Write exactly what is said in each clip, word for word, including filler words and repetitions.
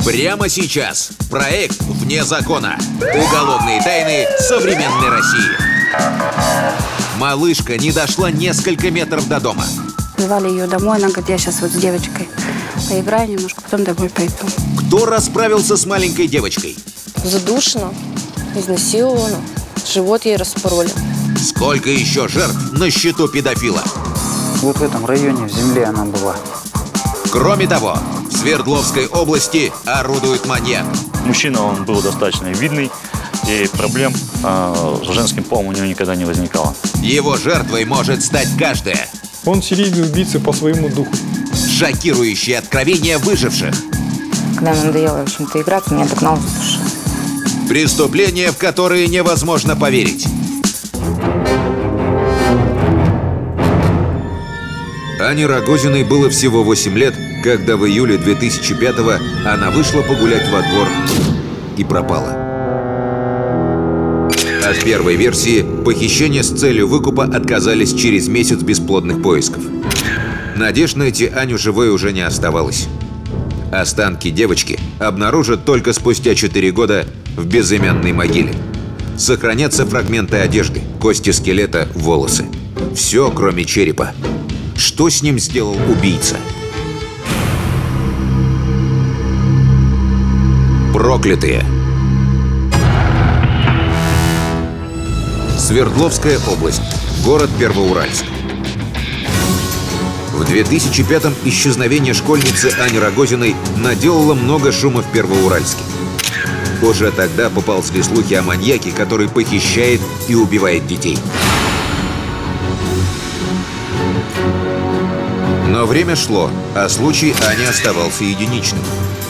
Прямо сейчас. Проект «Вне закона». Уголовные тайны современной России. Малышка не дошла несколько метров до дома. Звали ее домой, она говорит, я сейчас вот с девочкой поиграю немножко, потом домой пойду. Кто расправился с маленькой девочкой? Задушена, изнасилована, живот ей распороли. Сколько еще жертв на счету педофила? Вот в этом районе в земле она была. Кроме того, в Свердловской области орудует маньяк. Мужчина, он был достаточно видный, и проблем э, с женским полом у него никогда не возникало. Его жертвой может стать каждая. Он серийный убийца по своему духу. Шокирующие откровения выживших. Когда мне надоело, в общем-то, играть, меня догнал за душу. Преступления, в которые невозможно поверить. Ане Рогозиной было всего восемь лет, когда в июле две тысячи пятого она вышла погулять во двор и пропала. От первой версии похищения с целью выкупа отказались через месяц бесплодных поисков. Надежд найти Аню живой уже не оставалось. Останки девочки обнаружат только спустя четыре года в безымянной могиле. Сохранятся фрагменты одежды, кости скелета, волосы. Все, кроме черепа. Что с ним сделал убийца? Проклятые. Свердловская область. Город Первоуральск. В две тысячи пятом исчезновение школьницы Ани Рогозиной наделало много шума в Первоуральске. Уже тогда поползли слухи о маньяке, который похищает и убивает детей. Но время шло, а случай Ани оставался единичным.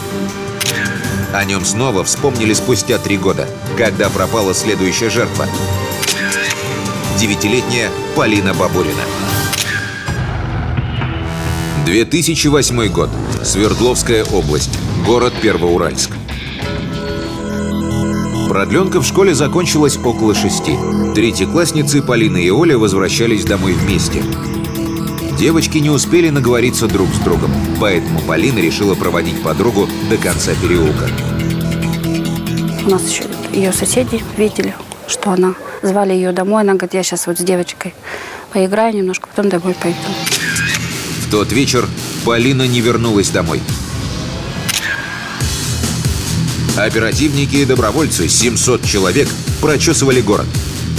О нем снова вспомнили спустя три года, когда пропала следующая жертва. Девятилетняя Полина Бабурина. две тысячи восьмой год. Свердловская область. Город Первоуральск. Продленка в школе закончилась около шести. Третьеклассницы Полина и Оля возвращались домой вместе. Девочки не успели наговориться друг с другом, поэтому Полина решила проводить подругу до конца переулка. У нас еще ее соседи видели, что она. Звали ее домой, она говорит, я сейчас вот с девочкой поиграю немножко, потом домой пойду. В тот вечер Полина не вернулась домой. Оперативники и добровольцы, семьсот человек, прочесывали город.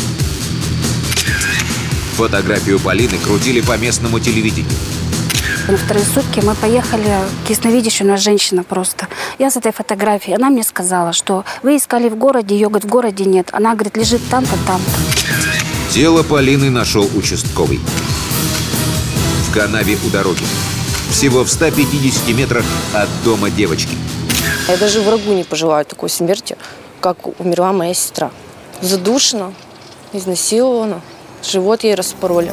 Фотографию Полины крутили по местному телевидению. На вторые сутки мы поехали к ясновидящей, у нас женщина просто. Я с этой фотографией, она мне сказала, что вы искали в городе, ее, говорит, в городе нет. Она, говорит, лежит там-то, там-то. Тело Полины нашел участковый. В канаве у дороги. Всего в ста пятидесяти метрах от дома девочки. Я даже врагу не пожелаю такой смерти, как умерла моя сестра. Задушена, изнасилована, живот ей распороли.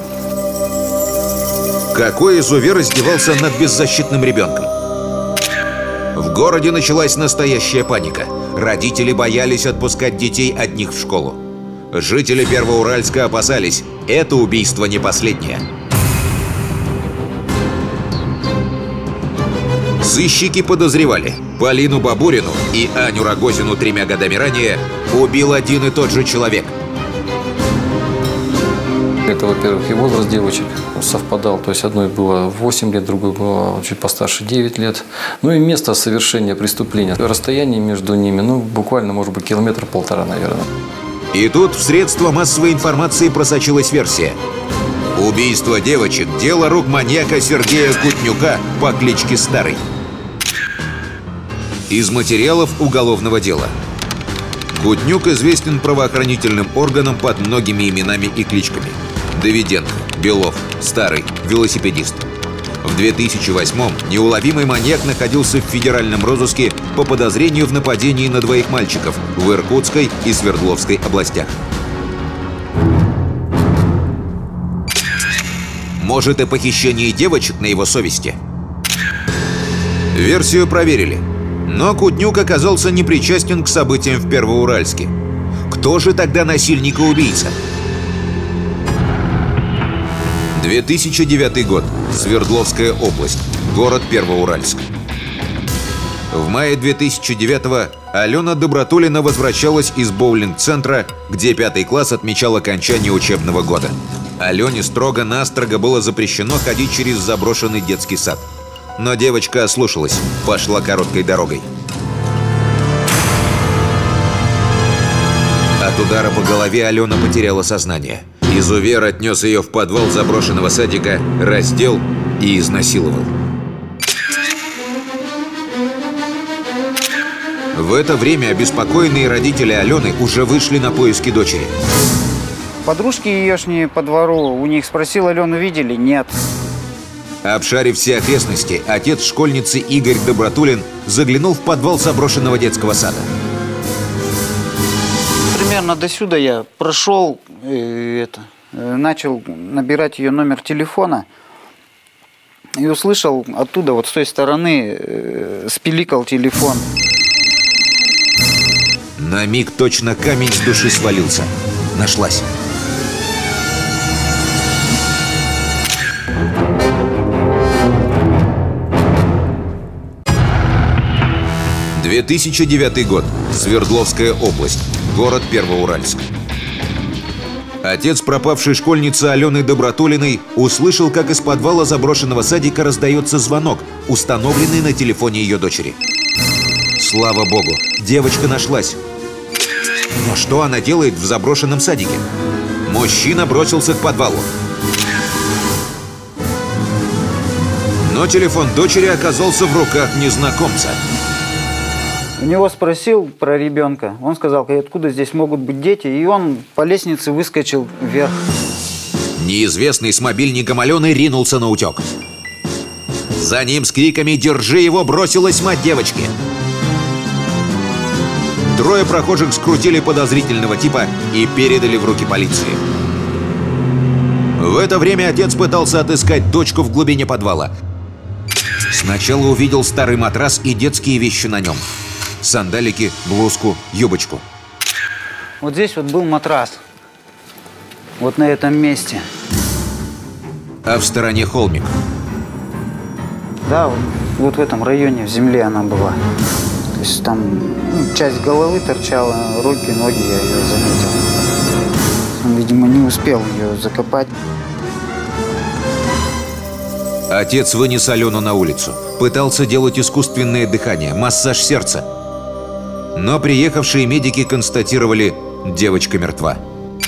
Какой изувер издевался над беззащитным ребенком? В городе началась настоящая паника. Родители боялись отпускать детей одних в школу. Жители Первоуральска опасались, это убийство не последнее. Сыщики подозревали, Полину Бабурину и Аню Рогозину тремя годами ранее убил один и тот же человек. Это, во-первых, и возраст девочек совпадал. То есть одной было восемь лет, другой было чуть постарше девять лет. Ну и место совершения преступления. Расстояние между ними, ну, буквально, может быть, километр-полтора, наверное. И тут в средства массовой информации просочилась версия. Убийство девочек – дело рук маньяка Сергея Кутнюка по кличке Старый. Из материалов уголовного дела. Кутнюк известен правоохранительным органам под многими именами и кличками. Давиденко, Белов, Старый, велосипедист. В две тысячи восьмом неуловимый маньяк находился в федеральном розыске по подозрению в нападении на двоих мальчиков в Иркутской и Свердловской областях. Может, и похищение девочек на его совести? Версию проверили. Но Кутнюк оказался непричастен к событиям в Первоуральске. Кто же тогда насильник и убийца? две тысячи девятый год. Свердловская область. Город Первоуральск. В мае две тысячи девятого Алена Добротулина возвращалась из боулинг-центра, где пятый класс отмечал окончание учебного года. Алене строго-настрого было запрещено ходить через заброшенный детский сад. Но девочка ослушалась, пошла короткой дорогой. От удара по голове Алена потеряла сознание. Изувер отнес ее в подвал заброшенного садика, раздел и изнасиловал. В это время обеспокоенные родители Алены уже вышли на поиски дочери. Подружки еешние по двору, у них спросил, Алену видели? Нет. Обшарив все окрестности, отец школьницы Игорь Добротулин заглянул в подвал заброшенного детского сада. Примерно до сюда я прошел, э, это, э, начал набирать ее номер телефона и услышал оттуда, вот с той стороны, э, спиликал телефон. На миг точно камень с души свалился. Нашлась. две тысячи девятый год. Свердловская область. Город Первоуральск. Отец пропавшей школьницы Алены Добротулиной услышал, как из подвала заброшенного садика раздается звонок, установленный на телефоне ее дочери. Слава богу, девочка нашлась. Но что она делает в заброшенном садике? Мужчина бросился к подвалу. Но телефон дочери оказался в руках незнакомца. У него спросил про ребенка. Он сказал, откуда здесь могут быть дети, и он по лестнице выскочил вверх. Неизвестный с мобильником Алены ринулся на утек. За ним с криками «Держи его!» бросилась мать девочки. Трое прохожих скрутили подозрительного типа и передали в руки полиции. В это время отец пытался отыскать дочку в глубине подвала. Сначала увидел старый матрас и детские вещи на нем. Сандалики, блузку, юбочку. Вот здесь вот был матрас. Вот на этом месте. А в стороне холмик. Да, вот, вот в этом районе, в земле она была. То есть там ну, часть головы торчала, руки, ноги, я ее заметил. Он, видимо, не успел ее закопать. Отец вынес Алену на улицу. Пытался делать искусственное дыхание, массаж сердца. Но приехавшие медики констатировали, девочка мертва.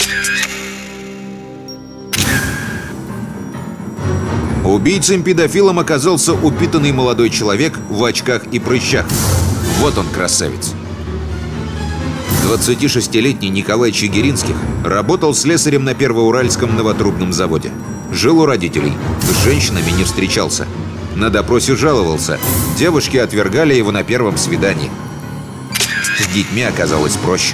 Убийцем-педофилом оказался упитанный молодой человек в очках и прыщах. Вот он, красавец. двадцатишестилетний Николай Чигиринских работал слесарем на Первоуральском новотрубном заводе. Жил у родителей, с женщинами не встречался. На допросе жаловался. Девушки отвергали его на первом свидании. С детьми оказалось проще.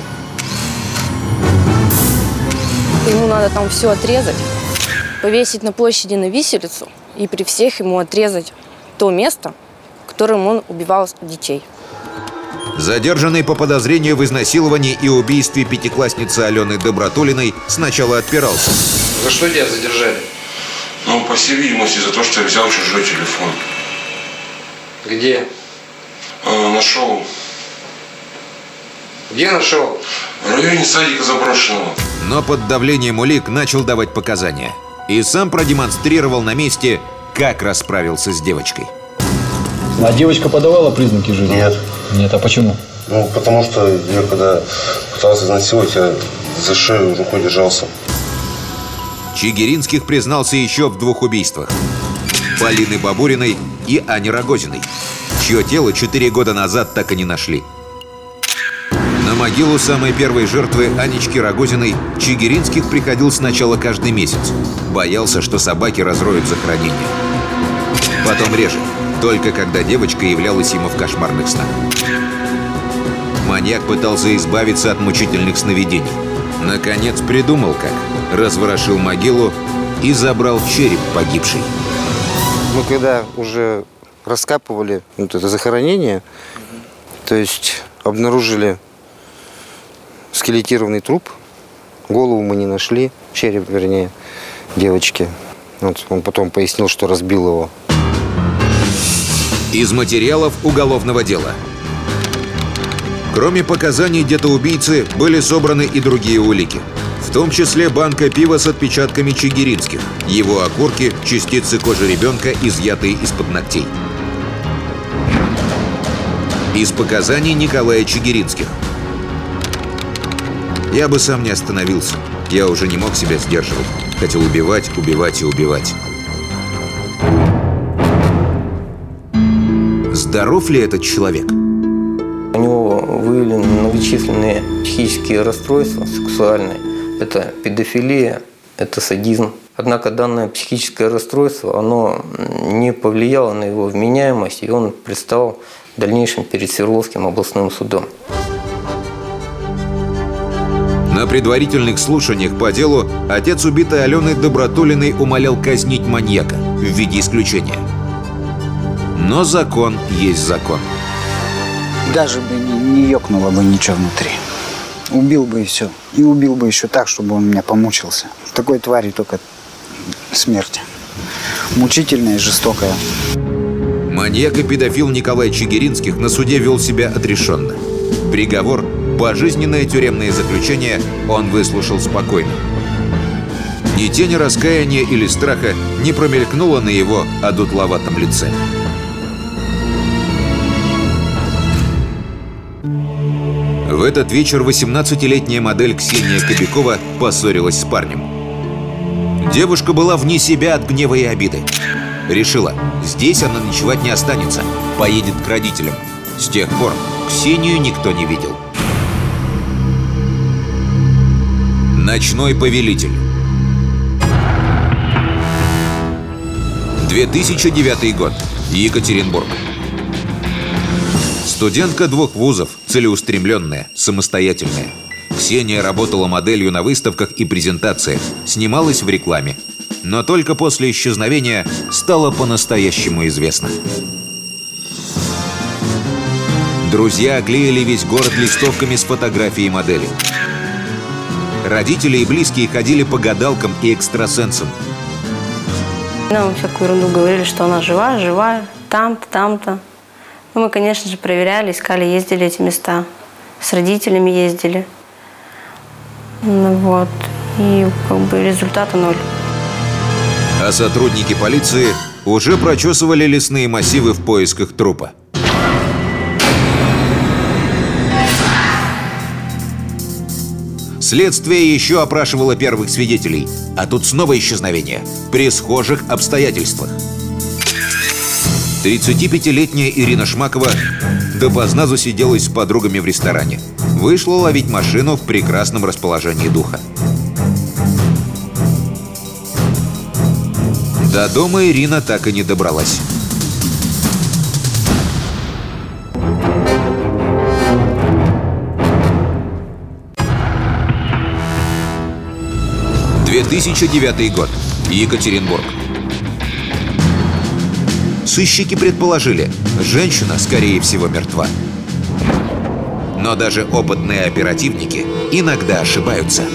Ему надо там все отрезать, повесить на площади на виселицу и при всех ему отрезать то место, которым он убивал детей. Задержанный по подозрению в изнасиловании и убийстве пятиклассницы Алены Добротулиной сначала отпирался. За что тебя задержали? Ну, по всей видимости, за то, что я взял чужой телефон. Где? А, нашел. Где нашел? В районе садика заброшенного. Но под давлением улик начал давать показания. И сам продемонстрировал на месте, как расправился с девочкой. А девочка подавала признаки жизни? Нет. Нет, а почему? Ну, потому что я когда пытался изнасиловать, я за шею рукой держался. Чигиринских признался еще в двух убийствах. Полины Бабуриной и Ани Рогозиной, чье тело четыре года назад так и не нашли. На могилу самой первой жертвы Анечки Рогозиной Чигиринских приходил сначала каждый месяц. Боялся, что собаки разроют захоронение. Потом реже, только когда девочка являлась ему в кошмарных снах. Маньяк пытался избавиться от мучительных сновидений. Наконец придумал как. Разворошил могилу и забрал череп погибшей. Мы когда уже раскапывали вот это захоронение, то есть обнаружили скелетированный труп, голову мы не нашли, череп, вернее, девочки. Вот он потом пояснил, что разбил его. Из материалов уголовного дела. Кроме показаний детоубийцы, были собраны и другие улики. В том числе банка пива с отпечатками чигиринских, его окурки, частицы кожи ребенка, изъятые из-под ногтей. Из показаний Николая Чигиринских. Я бы сам не остановился. Я уже не мог себя сдерживать. Хотел убивать, убивать и убивать. Здоров ли этот человек? У него выявлены многочисленные психические расстройства сексуальные. Это педофилия, это садизм. Однако данное психическое расстройство, оно не повлияло на его вменяемость, и он предстал в дальнейшем перед Свердловским областным судом. На предварительных слушаниях по делу отец убитой Алены Добротулиной умолял казнить маньяка в виде исключения. Но закон есть закон. Даже бы не, не ёкнуло бы ничего внутри. Убил бы и все. И убил бы еще так, чтобы он меня помучился. Такой твари только смерть. Мучительная и жестокая. Маньяк и педофил Николай Чигиринских на суде вел себя отрешенно. Приговор – пожизненное тюремное заключение – он выслушал спокойно. Ни тени раскаяния или страха не промелькнуло на его одутловатом лице. В этот вечер восемнадцатилетняя модель Ксения Кобякова поссорилась с парнем. Девушка была вне себя от гнева и обиды. Решила, здесь она ночевать не останется, поедет к родителям. С тех пор Ксению никто не видел. Ночной повелитель. две тысячи девятый год. Екатеринбург. Студентка двух вузов, целеустремленная, самостоятельная. Ксения работала моделью на выставках и презентациях, снималась в рекламе. Но только после исчезновения стало по-настоящему известно. Друзья оклеили весь город листовками с фотографией модели. Родители и близкие ходили по гадалкам и экстрасенсам. Нам всякую ерунду говорили, что она жива, живая, там-то, там-то. Ну, мы, конечно же, проверяли, искали, ездили эти места. С родителями ездили. Ну, вот. И как бы результата ноль. А сотрудники полиции уже прочесывали лесные массивы в поисках трупа. Следствие еще опрашивало первых свидетелей. А тут снова исчезновение. При схожих обстоятельствах. тридцатипятилетняя Ирина Шмакова допоздна засиделась с подругами в ресторане. Вышла ловить машину в прекрасном расположении духа. До дома Ирина так и не добралась. две тысячи девятый год. Екатеринбург. Сыщики предположили, женщина, скорее всего, мертва. Но даже опытные оперативники иногда ошибаются.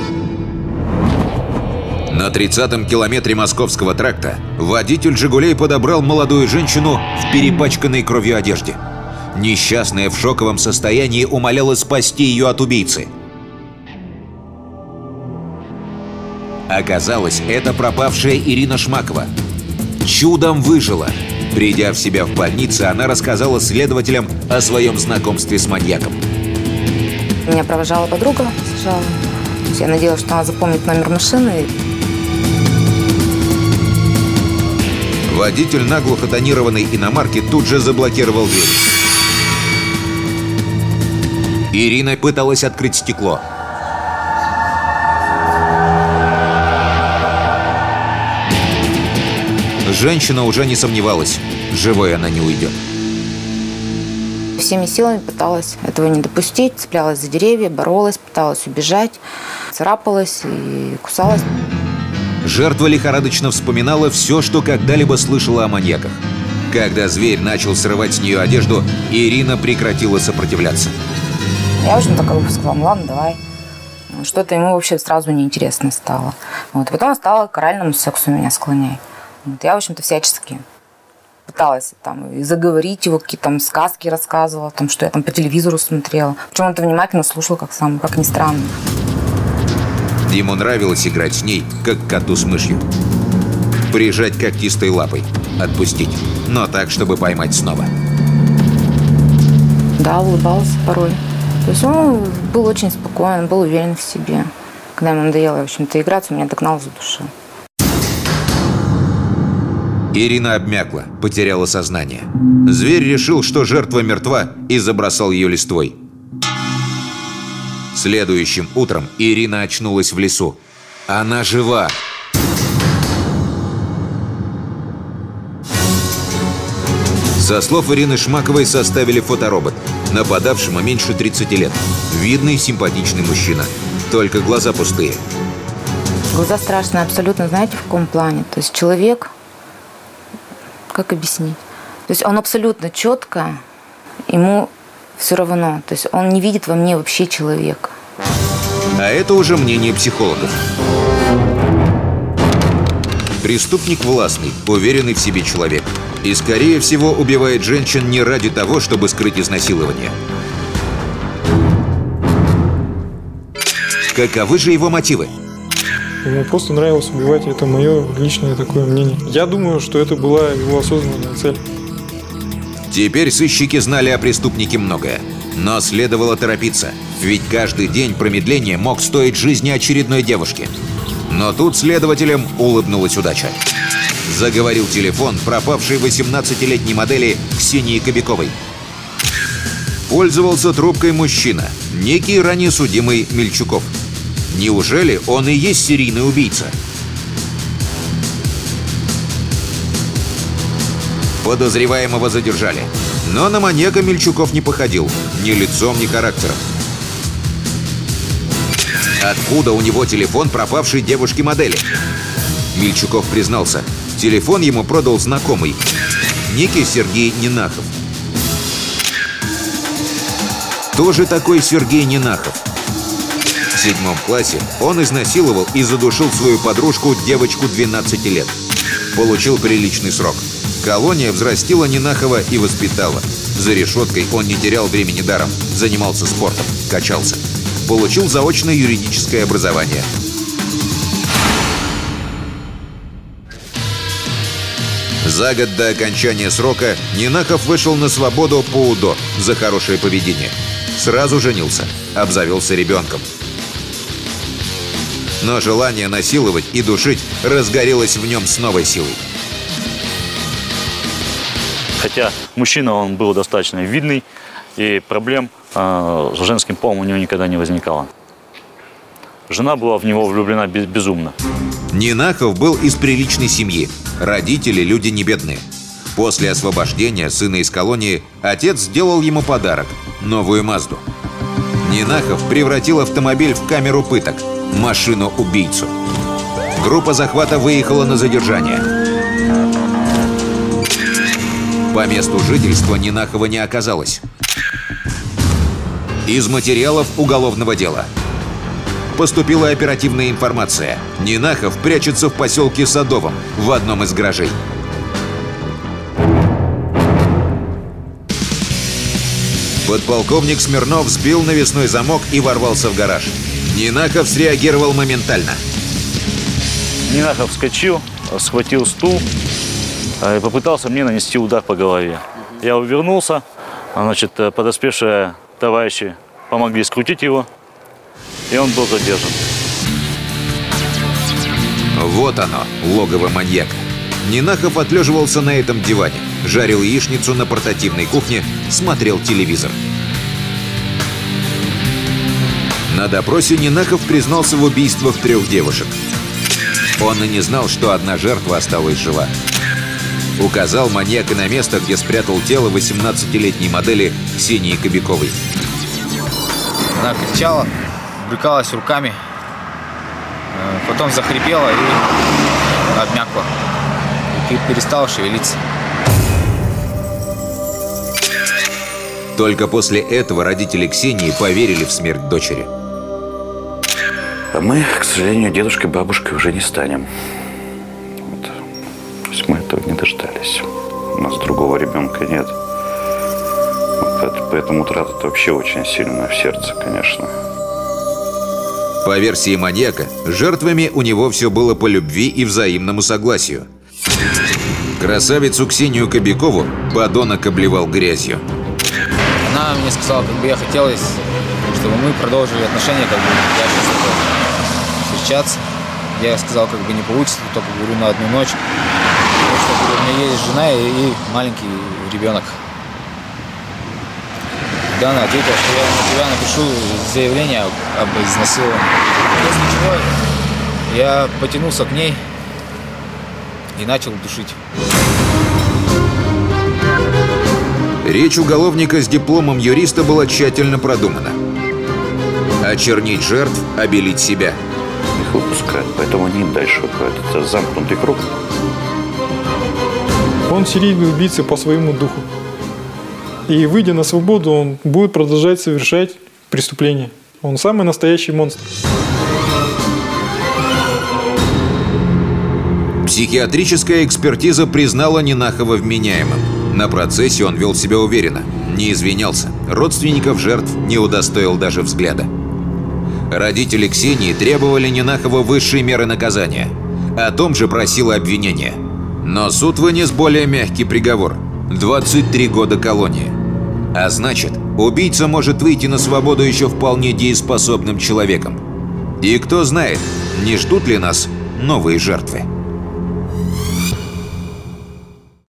На тридцатом километре Московского тракта водитель «Жигулей» подобрал молодую женщину в перепачканной кровью одежде. Несчастная в шоковом состоянии умоляла спасти ее от убийцы. Оказалось, это пропавшая Ирина Шмакова. Чудом выжила. Придя в себя в больнице, она рассказала следователям о своем знакомстве с маньяком. Меня провожала подруга, сажала. Я надеялась, что она запомнит номер машины. Водитель наглухо тонированной иномарки тут же заблокировал дверь. Ирина пыталась открыть стекло. Женщина уже не сомневалась, живой она не уйдет. Всеми силами пыталась этого не допустить, цеплялась за деревья, боролась, пыталась убежать, царапалась и кусалась. Жертва лихорадочно вспоминала все, что когда-либо слышала о маньяках. Когда зверь начал срывать с нее одежду, Ирина прекратила сопротивляться. Я, в общем-то, как бы сказала, ну ладно, давай. Что-то ему вообще сразу неинтересно стало. Вот. Потом стала к оральному сексу меня склонять. Вот. Я, в общем-то, всячески пыталась там и заговорить его, какие-то там сказки рассказывала, там, что я там по телевизору смотрела. Причем он это внимательно слушал, как сам, как ни странно. Ему нравилось играть с ней, как коту с мышью. Прижать когтистой лапой, отпустить, но так, чтобы поймать снова. Да, улыбался порой. То есть он был очень спокоен, был уверен в себе. Когда ему надоело, в общем-то, играть, он меня догнал за душу. Ирина обмякла, потеряла сознание. Зверь решил, что жертва мертва, и забросал ее листвой. Следующим утром Ирина очнулась в лесу. Она жива. Со слов Ирины Шмаковой составили фоторобот. Нападавшему меньше тридцати лет. Видный, симпатичный мужчина. Только глаза пустые. Глаза страшные абсолютно, знаете, в каком плане? То есть человек, как объяснить? То есть он абсолютно четко, ему все равно. То есть он не видит во мне вообще человека. А это уже мнение психологов. Преступник властный, уверенный в себе человек. И, скорее всего, убивает женщин не ради того, чтобы скрыть изнасилование. Каковы же его мотивы? Ему просто нравилось убивать, это мое личное такое мнение. Я думаю, что это была его осознанная цель. Теперь сыщики знали о преступнике многое. Но следовало торопиться, ведь каждый день промедления мог стоить жизни очередной девушки. Но тут следователям улыбнулась удача. Заговорил телефон пропавшей восемнадцатилетней модели Ксении Кобяковой. Пользовался трубкой мужчина, некий ранее судимый Мельчуков. Неужели он и есть серийный убийца? Подозреваемого задержали. Но на маньяка Мельчуков не походил. Ни лицом, ни характером. Откуда у него телефон пропавшей девушки-модели? Мельчуков признался. Телефон ему продал знакомый. Некий Сергей Нинахов. Кто же такой Сергей Нинахов? В седьмом классе он изнасиловал и задушил свою подружку, девочку двенадцати лет. Получил приличный срок. Колония взрастила Нинахова и воспитала. За решеткой он не терял времени даром. Занимался спортом, качался. Получил заочное юридическое образование. За год до окончания срока Нинахов вышел на свободу по УДО за хорошее поведение. Сразу женился, обзавелся ребенком. Но желание насиловать и душить разгорелось в нем с новой силой. Хотя мужчина он был достаточно видный, и проблем э, с женским полом у него никогда не возникало. Жена была в него влюблена без, безумно. Нинахов был из приличной семьи. Родители – люди не бедные. После освобождения сына из колонии отец сделал ему подарок – новую Мазду. Нинахов превратил автомобиль в камеру пыток – машину-убийцу. Группа захвата выехала на задержание. По месту жительства Нинахова не оказалось. Из материалов уголовного дела поступила оперативная информация. Нинахов прячется в поселке Садовом, в одном из гаражей. Подполковник Смирнов сбил навесной замок и ворвался в гараж. Нинахов среагировал моментально. Нинахов вскочил, схватил стул и попытался мне нанести удар по голове. Я увернулся, значит, подоспевшие товарищи помогли скрутить его, и он был задержан. Вот оно, логово маньяка. Нинахов отлеживался на этом диване, жарил яичницу на портативной кухне, смотрел телевизор. На допросе Нинахов признался в убийствах трех девушек. Он и не знал, что одна жертва осталась жива. Указал маньяка на место, где спрятал тело восемнадцатилетней модели Ксении Кобяковой. Она кричала, брыкалась руками, потом захрипела и обмякла. И перестала шевелиться. Только после этого родители Ксении поверили в смерть дочери. А мы, к сожалению, дедушкой и бабушкой уже не станем. Вот. То есть мы этого не дождались. У нас другого ребенка нет. Поэтому утрата это вообще очень сильно в сердце, конечно. По версии маньяка, жертвами у него все было по любви и взаимному согласию. Красавицу Ксению Кобякову подонок обливал грязью. Она мне сказала, как бы я хотелось, чтобы мы продолжили отношения, как бы дальше встречаться. Я сказал, как бы не получится, только говорю на одну ночь. Потому что говорю, у меня есть жена и маленький ребенок. Да, она ответила, что я на тебя напишу заявление об изнасиловании. После чего я потянулся к ней и начал душить. Речь уголовника с дипломом юриста была тщательно продумана. Очернить жертв, обелить себя. Их выпускают, поэтому они дальше выходят. Это замкнутый круг. Он серийный убийца по своему духу. И, выйдя на свободу, он будет продолжать совершать преступления. Он самый настоящий монстр. Психиатрическая экспертиза признала Нинахова вменяемым. На процессе он вел себя уверенно, не извинялся, родственников жертв не удостоил даже взгляда. Родители Ксении требовали Нинахова высшей меры наказания. О том же просило обвинение. Но суд вынес более мягкий приговор – двадцать три года колонии. А значит, убийца может выйти на свободу еще вполне дееспособным человеком. И кто знает, не ждут ли нас новые жертвы.